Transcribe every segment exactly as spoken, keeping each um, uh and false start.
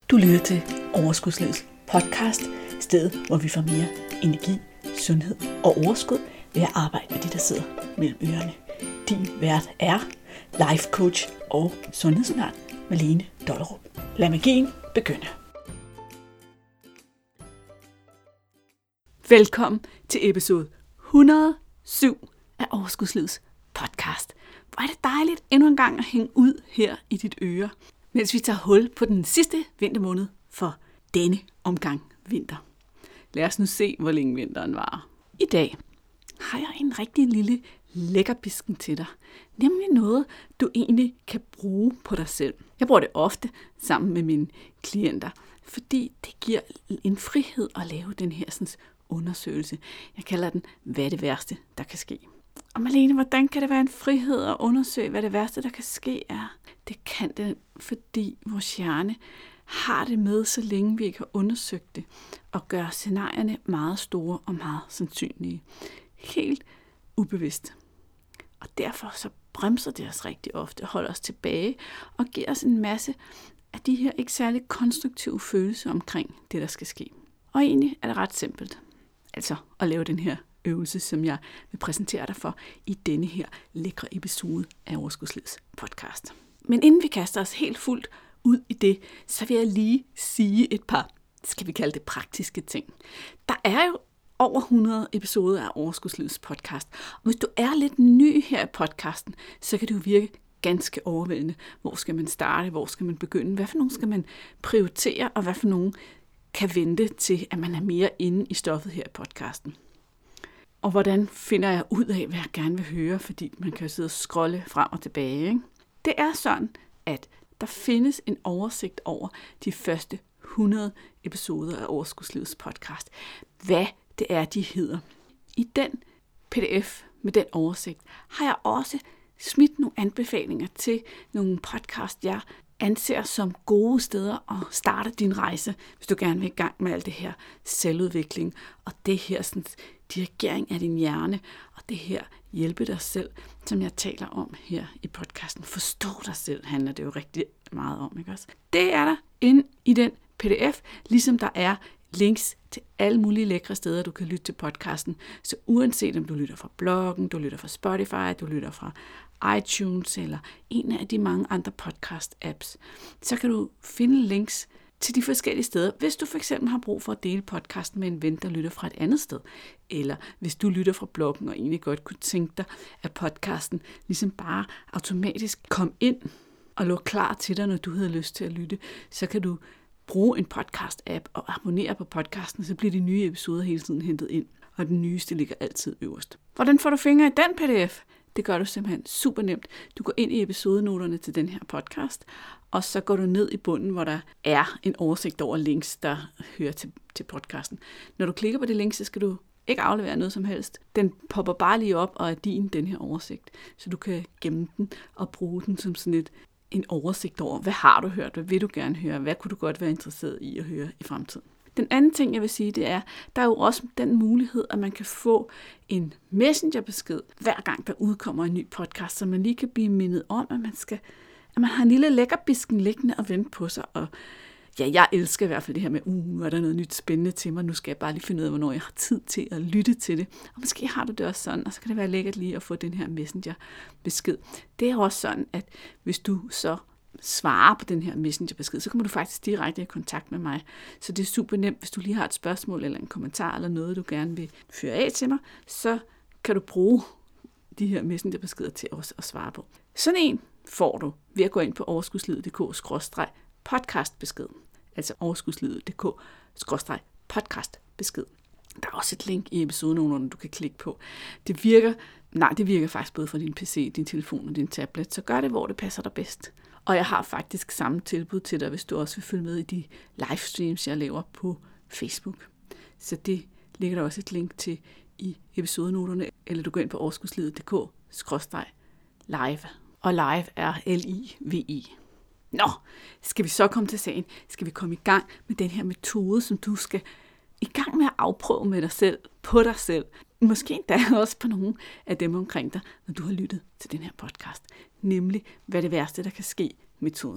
Du lytter til Overskudslivets podcast, stedet hvor vi får mere energi, sundhed og overskud ved at arbejde med de, der sidder mellem ørerne. Din vært er life coach og sundhedsundern Malene Dollerup. Lad magien begynde. Velkommen til episode et hundrede og syv af Overskudslivets podcast. Hvor er det dejligt endnu en gang at hænge ud her i dit øre, mens vi tager hul på den sidste vintermåned for denne omgang vinter. Lad os nu se, hvor længe vinteren varer. I dag har jeg en rigtig lille lækkerbisken til dig. Nemlig noget, du egentlig kan bruge på dig selv. Jeg bruger det ofte sammen med mine klienter, fordi det giver en frihed at lave den her sådan, undersøgelse. Jeg kalder den, hvad er det værste, der kan ske. Og Malene, hvordan kan det være en frihed at undersøge, hvad det værste, der kan ske er? Det kan det, fordi vores hjerne har det med, så længe vi ikke har undersøgt det, og gør scenarierne meget store og meget sandsynlige. Helt ubevidst. Og derfor så bremser det os rigtig ofte, holder os tilbage og giver os en masse af de her ikke særlig konstruktive følelser omkring det, der skal ske. Og egentlig er det ret simpelt. Altså at lave den her øvelse, som jeg vil præsentere dig for i denne her lækre episode af Overskudslivets podcast. Men inden vi kaster os helt fuldt ud i det, så vil jeg lige sige et par, skal vi kalde det praktiske ting. Der er jo over hundrede episoder af Overskudslivets podcast. Og hvis du er lidt ny her i podcasten, så kan det jo virke ganske overvældende. Hvor skal man starte? Hvor skal man begynde? Hvad for nogle skal man prioritere? Og hvad for nogle kan vente til, at man er mere inde i stoffet her i podcasten? Og hvordan finder jeg ud af, hvad jeg gerne vil høre? Fordi man kan jo sidde og scrolle frem og tilbage. Ikke? Det er sådan, at der findes en oversigt over de første hundrede episoder af Overskudslivets podcast. Hvad det er, de hedder. I den pdf med den oversigt har jeg også smidt nogle anbefalinger til nogle podcast, jeg anser som gode steder at starte din rejse, hvis du gerne vil i gang med alt det her selvudvikling og det her sådan, dirigering af din hjerne og det her hjælpe dig selv, som jeg taler om her i podcasten. Forstå dig selv handler det jo rigtig meget om, ikke også? Det er der inde i den pdf, ligesom der er links til alle mulige lækre steder, du kan lytte til podcasten. Så uanset om du lytter fra bloggen, du lytter fra Spotify, du lytter fra iTunes eller en af de mange andre podcast-apps, så kan du finde links til de forskellige steder, hvis du for eksempel har brug for at dele podcasten med en ven, der lytter fra et andet sted. Eller hvis du lytter fra bloggen og egentlig godt kunne tænke dig, at podcasten ligesom bare automatisk kom ind og lå klar til dig, når du havde lyst til at lytte, så kan du bruge en podcast-app og abonnere på podcasten, så bliver de nye episoder hele tiden hentet ind, og den nyeste ligger altid øverst. Hvordan får du fingre i den pdf? Det gør du simpelthen super nemt. Du går ind i episodenoterne til den her podcast, og så går du ned i bunden, hvor der er en oversigt over links, der hører til, til podcasten. Når du klikker på det link, så skal du ikke aflevere noget som helst. Den popper bare lige op og er din, den her oversigt, så du kan gemme den og bruge den som sådan et en oversigt over, hvad har du hørt, hvad vil du gerne høre, hvad kunne du godt være interesseret i at høre i fremtiden. Den anden ting, jeg vil sige, det er, der er jo også den mulighed, at man kan få en messengerbesked, hver gang der udkommer en ny podcast, så man lige kan blive mindet om, at man skal, at man har en lille lækkerbisken liggende og vente på sig. Og ja, jeg elsker i hvert fald det her med, uh, nu er der noget nyt spændende til mig, nu skal jeg bare lige finde ud af, hvornår jeg har tid til at lytte til det. Og måske har du det også sådan, og så kan det være lækkert lige at få den her messengerbesked. Det er også sådan, at hvis du så svarer på den her messengerbesked, så kommer du faktisk direkte i kontakt med mig. Så det er super nemt, hvis du lige har et spørgsmål eller en kommentar eller noget, du gerne vil føre af til mig, så kan du bruge de her messengerbeskeder til også at svare på. Sådan en får du ved at gå ind på overskudslivet punktum d k skråstreg podcastbesked. Altså overskudslivet punktum d k skråstreg podcastbesked. Der er også et link i episodenoterne, du kan klikke på. Det virker, nej, det virker faktisk både for din P C, din telefon og din tablet, så gør det, hvor det passer dig bedst. Og jeg har faktisk samme tilbud til dig, hvis du også vil følge med i de livestreams, jeg laver på Facebook. Så det ligger der også et link til i episodenoterne, eller du går ind på overskudslivet punktum d k skråstreg live. Og live er L I V E. Nå, skal vi så komme til sagen? Skal vi komme i gang med den her metode, som du skal i gang med at afprøve med dig selv, på dig selv. Måske endda også på nogle af dem omkring dig, når du har lyttet til den her podcast. Nemlig, hvad det værste, der kan ske, metoden.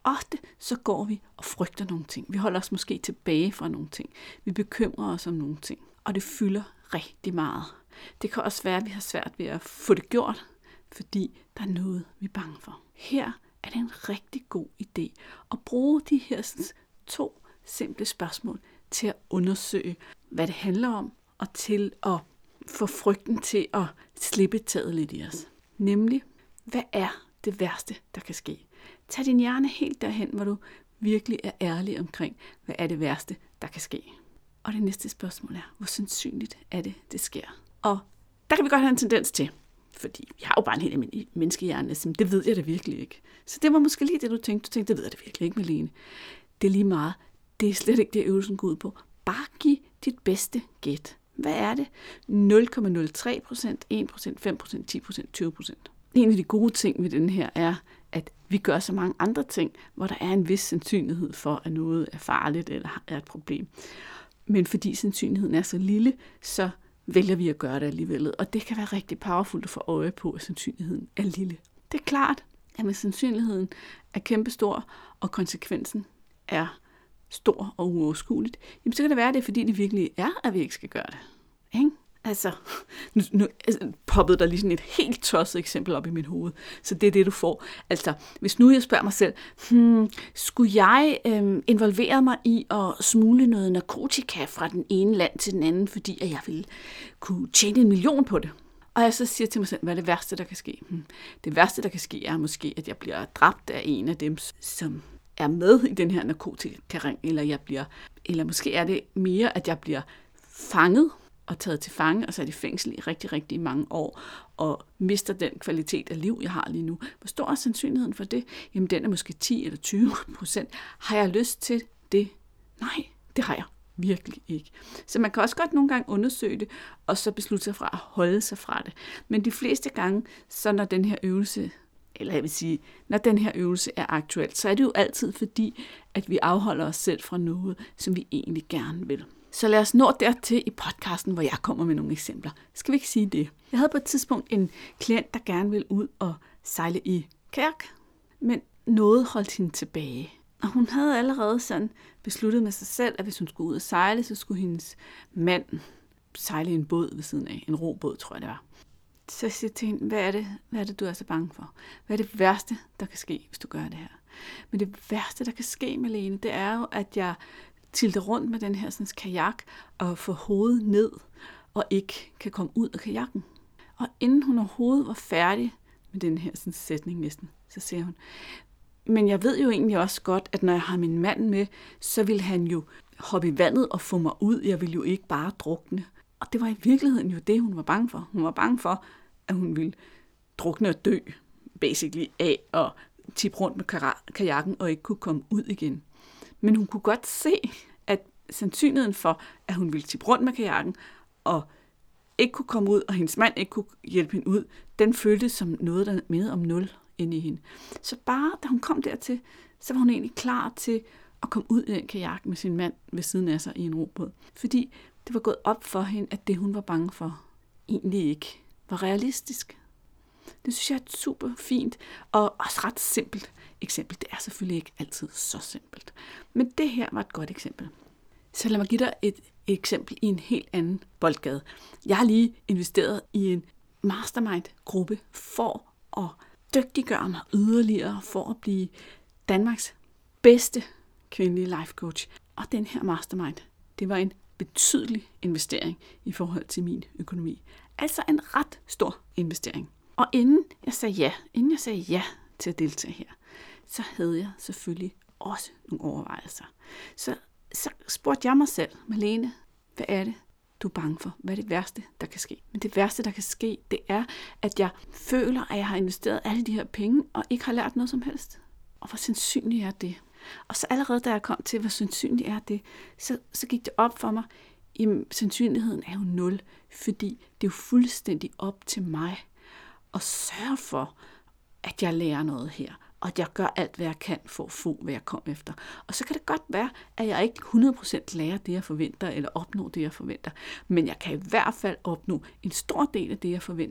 ofte så går vi og frygter nogle ting. Vi holder os måske tilbage fra nogle ting. Vi bekymrer os om nogle ting. Og det fylder rigtig meget. Det kan også være, at vi har svært ved at få det gjort, fordi der er noget, vi er bange for. Her er det en rigtig god idé at bruge de her to simple spørgsmål til at undersøge, hvad det handler om, og til at få frygten til at slippe taget lidt i os. Nemlig, hvad er det værste, der kan ske? Tag din hjerne helt derhen, hvor du virkelig er ærlig omkring, hvad er det værste, der kan ske. Og det næste spørgsmål er, hvor sandsynligt er det, det sker? Og der kan vi godt have en tendens til, fordi jeg har jo bare en helt almindelig menneskehjerne, så det ved jeg det virkelig ikke. Så det var måske lige det, du tænkte. Du tænkte, det ved jeg det virkelig ikke, Malene. Det er lige meget. Det er slet ikke det, øvelsen går ud på. Bare giv dit bedste gæt. Hvad er det? nul komma nul tre procent, en procent, fem procent, ti procent, tyve procent. En af de gode ting ved den her er, at vi gør så mange andre ting, hvor der er en vis sandsynlighed for, at noget er farligt eller er et problem. Men fordi sandsynligheden er så lille, så vælger vi at gøre det alligevel. Og det kan være rigtig powerfult at få øje på, at sandsynligheden er lille. Det er klart, at hvis sandsynligheden er kæmpestor, og konsekvensen er stor og uoverskueligt, jamen så kan det være, at det er fordi, det virkelig er, at vi ikke skal gøre det. Ikke? Altså, nu, nu altså, poppede der lige sådan et helt tosset eksempel op i mit hoved. Så det er det, du får. Altså, hvis nu jeg spørger mig selv, hmm, skulle jeg øh, involvere mig i at smule noget narkotika fra den ene land til den anden, fordi at jeg ville kunne tjene en million på det? Og jeg så siger til mig selv, hvad er det værste, der kan ske? Hmm. Det værste, der kan ske, er måske, at jeg bliver dræbt af en af dem, som er med i den her narkotikaring, eller jeg bliver, eller måske er det mere, at jeg bliver fanget og taget til fange og sat i fængsel i rigtig, rigtig mange år, og mister den kvalitet af liv, jeg har lige nu. Hvor stor er sandsynligheden for det? Jamen, den er måske ti eller tyve procent. Har jeg lyst til det? Nej, det har jeg virkelig ikke. Så man kan også godt nogle gange undersøge det, og så beslutte sig fra at holde sig fra det. Men de fleste gange, så når den her øvelse, eller jeg vil sige, når den her øvelse er aktuel, så er det jo altid fordi, at vi afholder os selv fra noget, som vi egentlig gerne vil. Så lad os nå dertil i podcasten, hvor jeg kommer med nogle eksempler. Skal vi ikke sige det? Jeg havde på et tidspunkt en klient, der gerne ville ud og sejle i kajak, men noget holdt hende tilbage. Og hun havde allerede sådan besluttet med sig selv, at hvis hun skulle ud og sejle, så skulle hendes mand sejle i en båd ved siden af. En robåd, tror jeg det var. Så jeg siger til hende, hvad er det, hvad er det du er så bange for? Hvad er det værste, der kan ske, hvis du gør det her? Men det værste, der kan ske, Malene, det er jo, at jeg tilter rundt med den her sådan, kajak og får hovedet ned og ikke kan komme ud af kajakken. Og inden hun overhovedet var færdig med den her sådan, sætning næsten, så siger hun, men jeg ved jo egentlig også godt, at når jeg har min mand med, så vil han jo hoppe i vandet og få mig ud. Jeg vil jo ikke bare drukne. Og det var i virkeligheden jo det, hun var bange for. Hun var bange for, at hun ville drukne og dø, basically, af at tippe rundt med kajakken og ikke kunne komme ud igen. Men hun kunne godt se, at sandsynligheden for, at hun ville tippe rundt med kajakken og ikke kunne komme ud, og hendes mand ikke kunne hjælpe hende ud, den føltes som noget, der mindede om nul inde i hende. Så bare da hun kom dertil, så var hun egentlig klar til at komme ud i den kajak med sin mand ved siden af sig i en robåd. Fordi det var gået op for hende, at det, hun var bange for, egentlig ikke var realistisk. Det synes jeg er et super fint og også ret simpelt eksempel. Det er selvfølgelig ikke altid så simpelt. Men det her var et godt eksempel. Så lad mig give dig et eksempel i en helt anden boldgade. Jeg har lige investeret i en mastermind-gruppe for at dygtiggøre mig yderligere, for at blive Danmarks bedste kvindelige life coach. Og den her mastermind, det var en betydelig investering i forhold til min økonomi. Altså en ret stor investering. Og inden jeg sagde ja, inden jeg sagde ja til at deltage her, så havde jeg selvfølgelig også nogle overvejelser. Så, så spurgte jeg mig selv, Malene, hvad er det, du er bange for? Hvad er det værste, der kan ske? Men det værste, der kan ske, det er, at jeg føler, at jeg har investeret alle de her penge, og ikke har lært noget som helst. Og hvor sandsynligt er det? Og så allerede da jeg kom til, hvor sandsynligt er det, så, så gik det op for mig, jamen sandsynligheden er jo nul, fordi det er jo fuldstændig op til mig at sørge for, at jeg lærer noget her, og at jeg gør alt, hvad jeg kan for at få, hvad jeg kom efter. Og så kan det godt være, at jeg ikke hundrede procent lærer det, jeg forventer, eller opnår det, jeg forventer. Men jeg kan i hvert fald opnå en stor del af det, jeg forventer,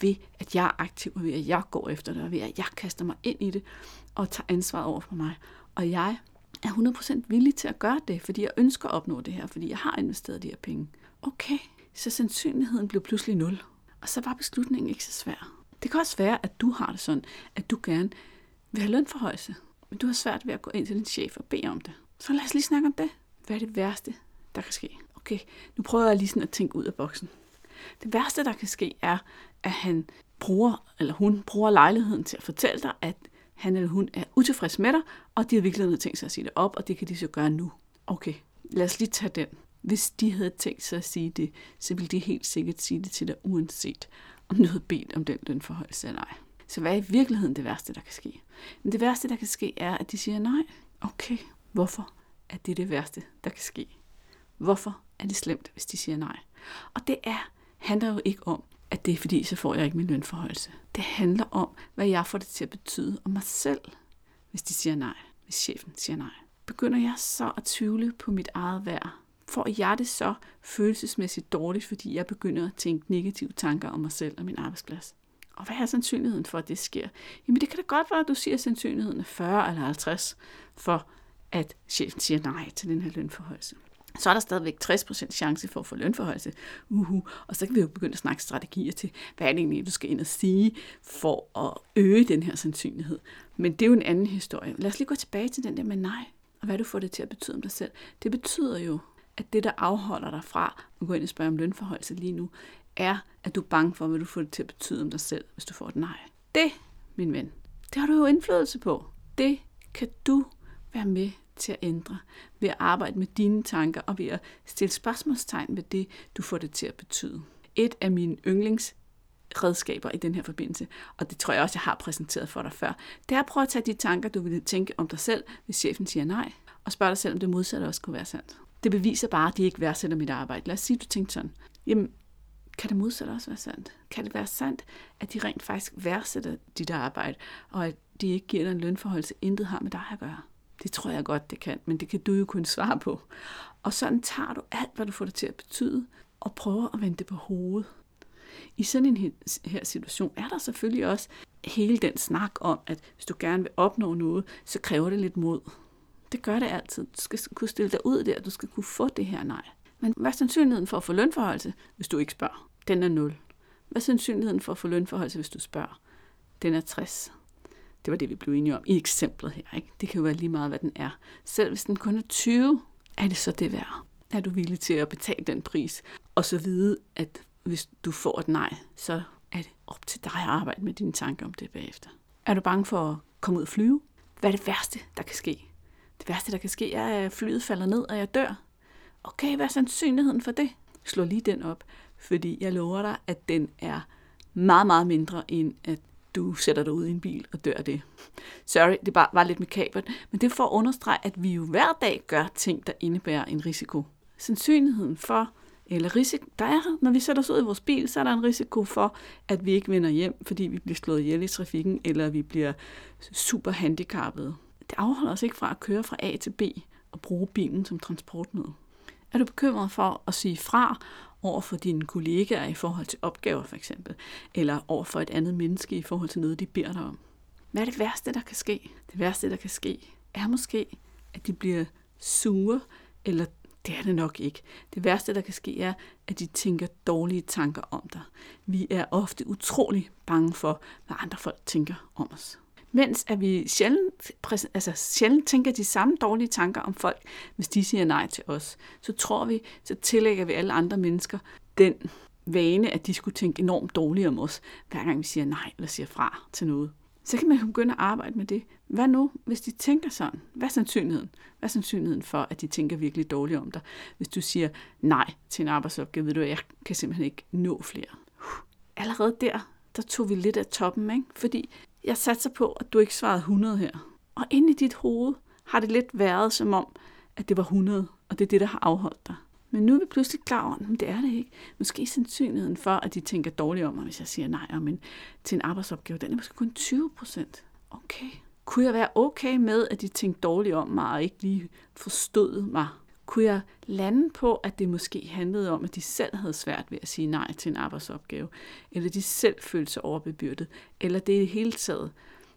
ved, at jeg er aktiv, og ved, at jeg går efter det, og ved, at jeg kaster mig ind i det, og tager ansvaret over for mig. Og jeg er hundrede procent villig til at gøre det, fordi jeg ønsker at opnå det her, fordi jeg har investeret de her penge. Okay, så sandsynligheden blev pludselig nul. Og så var beslutningen ikke så svær. Det kan også være, at du har det sådan, at du gerne vil have lønforhøjelse, men du har svært ved at gå ind til din chef og bede om det. Så lad os lige snakke om det. Hvad er det værste, der kan ske? Okay, nu prøver jeg lige sådan at tænke ud af boksen. Det værste, der kan ske, er, at han bruger, eller hun bruger lejligheden til at fortælle dig, at han eller hun er utilfreds med dig, og de har virkelig noget tænkt sig at sige det op, og det kan de så gøre nu. Okay, lad os lige tage den. Hvis de havde tænkt sig at sige det, så ville de helt sikkert sige det til dig, uanset om du havde bedt om den lønforhøjelse eller ej. Så hvad er i virkeligheden det værste, der kan ske? Men det værste, der kan ske, er, at de siger nej. Okay, hvorfor er det det værste, der kan ske? Hvorfor er det slemt, hvis de siger nej? Og det er, handler jo ikke om, at det er fordi, så får jeg ikke min lønforhøjelse. Det handler om, hvad jeg får det til at betyde om mig selv, hvis de siger nej. Hvis chefen siger nej. Begynder jeg så at tvivle på mit eget værd? Får jeg det så følelsesmæssigt dårligt, fordi jeg begynder at tænke negative tanker om mig selv og min arbejdsplads? Og hvad er sandsynligheden for, at det sker? Jamen det kan da godt være, at du siger, at sandsynligheden er fyrre eller halvtreds for, at chefen siger nej til den her lønforhøjelse. Så er der stadigvæk tres procent chance for at få lønforhøjelse. Uhu. Og så kan vi jo begynde at snakke strategier til, hvad er det egentlig, du skal ind og sige, for at øge den her sandsynlighed. Men det er jo en anden historie. Lad os lige gå tilbage til den der med nej, og hvad du får det til at betyde om dig selv. Det betyder jo, at det, der afholder dig fra at gå ind og spørge om lønforhøjelse lige nu, er, at du er bange for, hvad du får det til at betyde om dig selv, hvis du får et nej. Det, min ven, det har du jo indflydelse på. Det kan du være med til at ændre ved at arbejde med dine tanker og ved at stille spørgsmålstegn ved det, du får det til at betyde. Et af mine yndlingsredskaber i den her forbindelse, og det tror jeg også, jeg har præsenteret for dig før, det er at prøve at tage de tanker, du vil tænke om dig selv, hvis chefen siger nej, og spørge dig selv, om det modsatte også kunne være sandt. Det beviser bare, at de ikke værdsætter mit arbejde. Lad os sige, at du tænkte sådan. Jamen, kan det modsatte også være sandt? Kan det være sandt, at de rent faktisk værdsætter dit arbejde, og at de ikke giver dig en lønforhøjelse, intet har med dig at gøre? Det tror jeg godt, det kan, men det kan du jo kun svare på. Og sådan tager du alt, hvad du får det til at betyde, og prøver at vende det på hovedet. I sådan en her situation er der selvfølgelig også hele den snak om, at hvis du gerne vil opnå noget, så kræver det lidt mod. Det gør det altid. Du skal kunne stille dig ud der, du skal kunne få det her nej. Men hvad er sandsynligheden for at få lønforhøjelse, hvis du ikke spørger? Den er nul. Hvad er sandsynligheden for at få lønforhøjelse, hvis du spørger? Den er tres. Det var det, vi blev enige om i eksemplet her. Ikke? Det kan jo være lige meget, hvad den er. Selv hvis den kun er tyve, er det så det værd? Er du villig til at betale den pris? Og så vide, at hvis du får et nej, så er det op til dig at arbejde med dine tanker om det bagefter. Er du bange for at komme ud og flyve? Hvad er det værste, der kan ske? Det værste, der kan ske, er, at flyet falder ned, og jeg dør. Okay, hvad er sandsynligheden for det? Slå lige den op, fordi jeg lover dig, at den er meget, meget mindre, end at du sætter dig ud i en bil og dør det. Sorry, det bare var lidt makabert, men det er for at understrege, at vi jo hver dag gør ting, der indebærer en risiko. Sandsynligheden for, eller risiko, der er, når vi sætter os ud i vores bil, så er der en risiko for, at vi ikke vender hjem, fordi vi bliver slået ihjel i trafikken, eller vi bliver super handicappede. Det afholder os ikke fra at køre fra A til B og bruge bilen som transportmiddel. Er du bekymret for at sige fra over for dine kollegaer i forhold til opgaver for eksempel, eller over for et andet menneske i forhold til noget, de beder dig om? Hvad er det værste, der kan ske? Det værste, der kan ske, er måske, at de bliver sure, eller det er det nok ikke. Det værste, der kan ske, er, at de tænker dårlige tanker om dig. Vi er ofte utrolig bange for, hvad andre folk tænker om os. Mens at vi sjældent, altså sjældent tænker de samme dårlige tanker om folk, hvis de siger nej til os, så tror vi, så tillægger vi alle andre mennesker den vane, at de skulle tænke enormt dårligt om os, hver gang vi siger nej eller siger fra til noget. Så kan man begynde at arbejde med det. Hvad nu, hvis de tænker sådan? Hvad er sandsynligheden? Hvad er sandsynligheden for, at de tænker virkelig dårligt om dig? Hvis du siger nej til en arbejdsopgave, ved du, at jeg kan simpelthen ikke nå flere. Allerede der, der tog vi lidt af toppen, ikke? Fordi jeg satser på, at du ikke svarede hundrede her. Og inde i dit hoved har det lidt været som om, at det var hundrede, og det er det, der har afholdt dig. Men nu er vi pludselig klar over, at det er det ikke. Måske sandsynligheden for, at de tænker dårligt om mig, hvis jeg siger nej om en, til en arbejdsopgave, den er måske kun tyve procent. Okay. Kunne jeg være okay med, at de tænkte dårligt om mig, og ikke lige forstod mig? Kunne jeg lande på, at det måske handlede om, at de selv havde svært ved at sige nej til en arbejdsopgave, eller de selv følte sig overbebyrdet, eller det i hele taget,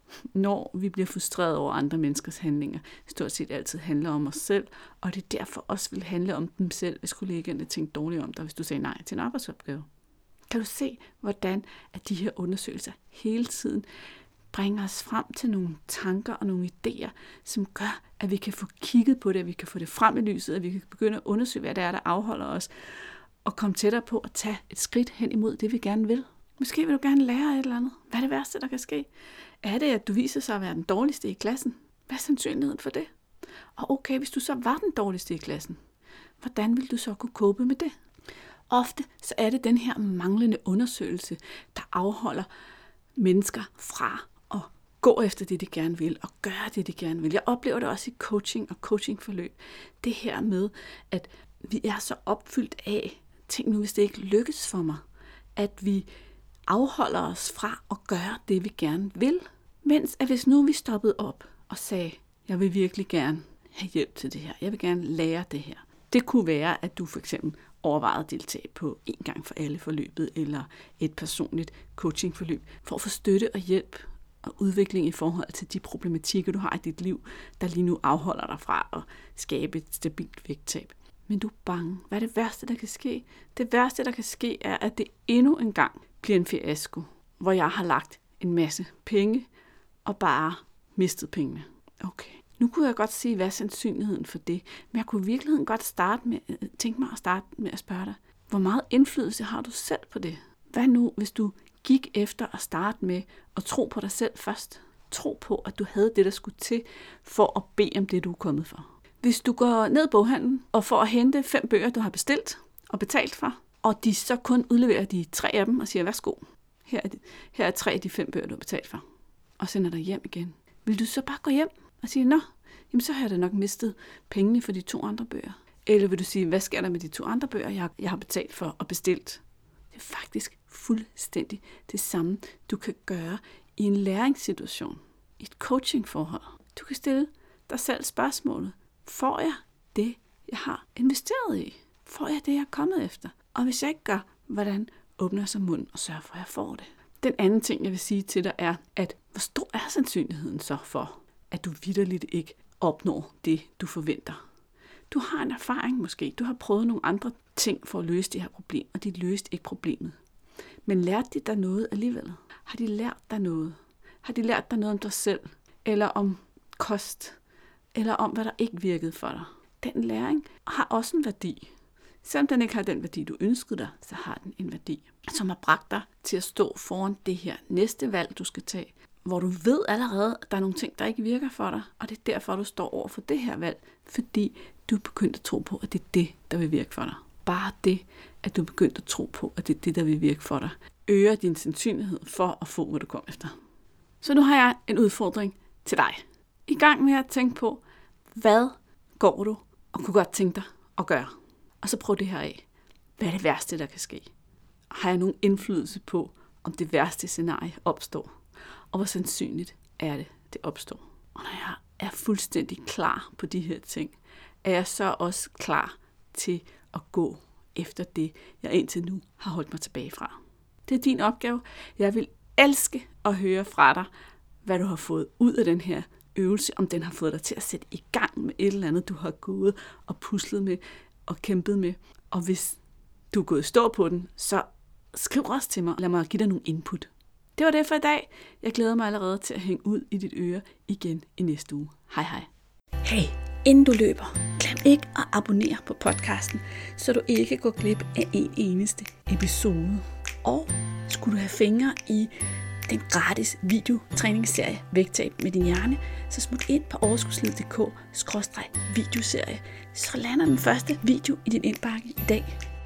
når vi bliver frustreret over andre menneskers handlinger, stort set altid handler om os selv, og det derfor også vil handle om dem selv, hvis kollegaerne tænkte dårligt om dig, hvis du sagde nej til en arbejdsopgave. Kan du se, hvordan at de her undersøgelser hele tiden bringer os frem til nogle tanker og nogle idéer, som gør, at vi kan få kigget på det, at vi kan få det frem i lyset, at vi kan begynde at undersøge, hvad det er, der afholder os, og komme tættere på at tage et skridt hen imod det, vi gerne vil. Måske vil du gerne lære et eller andet. Hvad er det værste, der kan ske? Er det, at du viser sig at være den dårligste i klassen? Hvad er sandsynligheden for det? Og okay, hvis du så var den dårligste i klassen, hvordan vil du så kunne cope med det? Ofte så er det den her manglende undersøgelse, der afholder mennesker fra at gå efter det, de gerne vil, og gøre det, de gerne vil. Jeg oplever det også i coaching og coachingforløb. Det her med, at vi er så opfyldt af, tænk nu, hvis det ikke lykkes for mig, at vi afholder os fra at gøre det, vi gerne vil. Mens at hvis nu vi stoppede op og sagde, jeg vil virkelig gerne have hjælp til det her, jeg vil gerne lære det her. Det kunne være, at du for eksempel overvejede at deltage på en gang for alle forløbet, eller et personligt coachingforløb, for at få støtte og hjælp og udvikling i forhold til de problematikker, du har i dit liv, der lige nu afholder dig fra at skabe et stabilt vægttab. Men du er bange. Hvad er det værste, der kan ske? Det værste, der kan ske, er, at det endnu en gang bliver en fiasko, hvor jeg har lagt en masse penge og bare mistet pengene. Okay. Nu kunne jeg godt sige, hvad er sandsynligheden for det, men jeg kunne i virkeligheden godt starte med, tænke mig at starte med at spørge dig, hvor meget indflydelse har du selv på det? Hvad nu, hvis du gik efter at starte med at tro på dig selv først? Tro på, at du havde det, der skulle til for at bede om det, du er kommet for. Hvis du går ned i boghandlen og får at hente fem bøger, du har bestilt og betalt for, og de så kun udleverer de tre af dem og siger, værsgo, her er, de, her er tre af de fem bøger, du har betalt for, og sender dig hjem igen. Vil du så bare gå hjem og sige, nå, jamen så har jeg da nok mistet pengene for de to andre bøger? Eller vil du sige, hvad sker der med de to andre bøger, jeg har, jeg har betalt for og bestilt? Det er faktisk fuldstændig det samme, du kan gøre i en læringssituation, i et coachingforhold. Du kan stille dig selv spørgsmålet, får jeg det, jeg har investeret i? Får jeg det, jeg er kommet efter? Og hvis jeg ikke gør, hvordan åbner jeg så munden og sørger for, at jeg får det? Den anden ting, jeg vil sige til dig, er, at hvor stor er sandsynligheden så for, at du vitterligt ikke opnår det, du forventer? Du har en erfaring måske. Du har prøvet nogle andre ting for at løse det her problem, og de løste ikke problemet. Men lærte de dig noget alligevel? Har de lært dig noget? Har de lært dig noget om dig selv? Eller om kost? Eller om, hvad der ikke virkede for dig? Den læring har også en værdi. Selvom den ikke har den værdi, du ønskede dig, så har den en værdi, som har bragt dig til at stå foran det her næste valg, du skal tage, hvor du ved allerede, at der er nogle ting, der ikke virker for dig, og det er derfor, du står over for det her valg, fordi du er begyndt at tro på, at det er det, der vil virke for dig. Bare det, at du er begyndt at tro på, at det er det, der vil virke for dig, øger din sandsynlighed for at få, hvad du kom efter. Så nu har jeg en udfordring til dig. I gang med at tænke på, hvad går du og kunne godt tænke dig at gøre? Og så prøv det her af. Hvad er det værste, der kan ske? Har jeg nogen indflydelse på, om det værste scenarie opstår? Og hvor sandsynligt er det, det opstår? Og når jeg er fuldstændig klar på de her ting, er jeg så også klar til at gå efter det, jeg indtil nu har holdt mig tilbage fra. Det er din opgave. Jeg vil elske at høre fra dig, hvad du har fået ud af den her øvelse, om den har fået dig til at sætte i gang med et eller andet, du har gået og puslet med og kæmpet med. Og hvis du er gået stå på den, så skriv også til mig, lad mig give dig nogle input. Det var det for i dag. Jeg glæder mig allerede til at hænge ud i dit øre igen i næste uge. Hej hej. Hey, inden du løber, glem ikke at abonnere på podcasten, så du ikke går glip af en eneste episode. Og skulle du have fingre i den gratis videotræningsserie Vægttab med din hjerne, så smut ind på overskudslivet punktum d k skråstreg videoserie, så lander den første video i din indbakke i dag.